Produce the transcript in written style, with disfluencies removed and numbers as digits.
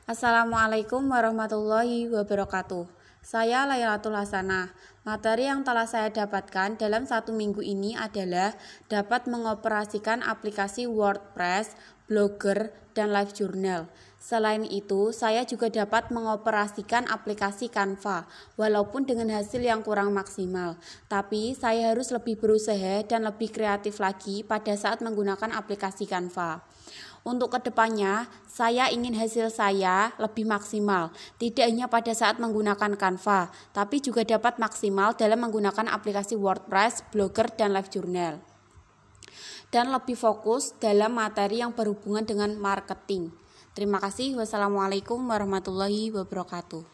Assalamualaikum warahmatullahi wabarakatuh. Saya Lailatul Hasanah. Materi yang telah saya dapatkan dalam 1 minggu ini adalah dapat mengoperasikan aplikasi WordPress, Blogger, dan LiveJournal. Selain itu, saya juga dapat mengoperasikan aplikasi Canva, walaupun dengan hasil yang kurang maksimal. Tapi saya harus lebih berusaha dan lebih kreatif lagi pada saat menggunakan aplikasi Canva. Untuk kedepannya, saya ingin hasil saya lebih maksimal, tidak hanya pada saat menggunakan Canva, tapi juga dapat maksimal dalam menggunakan aplikasi WordPress, Blogger, dan LiveJournal. Dan lebih fokus dalam materi yang berhubungan dengan marketing. Terima kasih. Wassalamualaikum warahmatullahi wabarakatuh.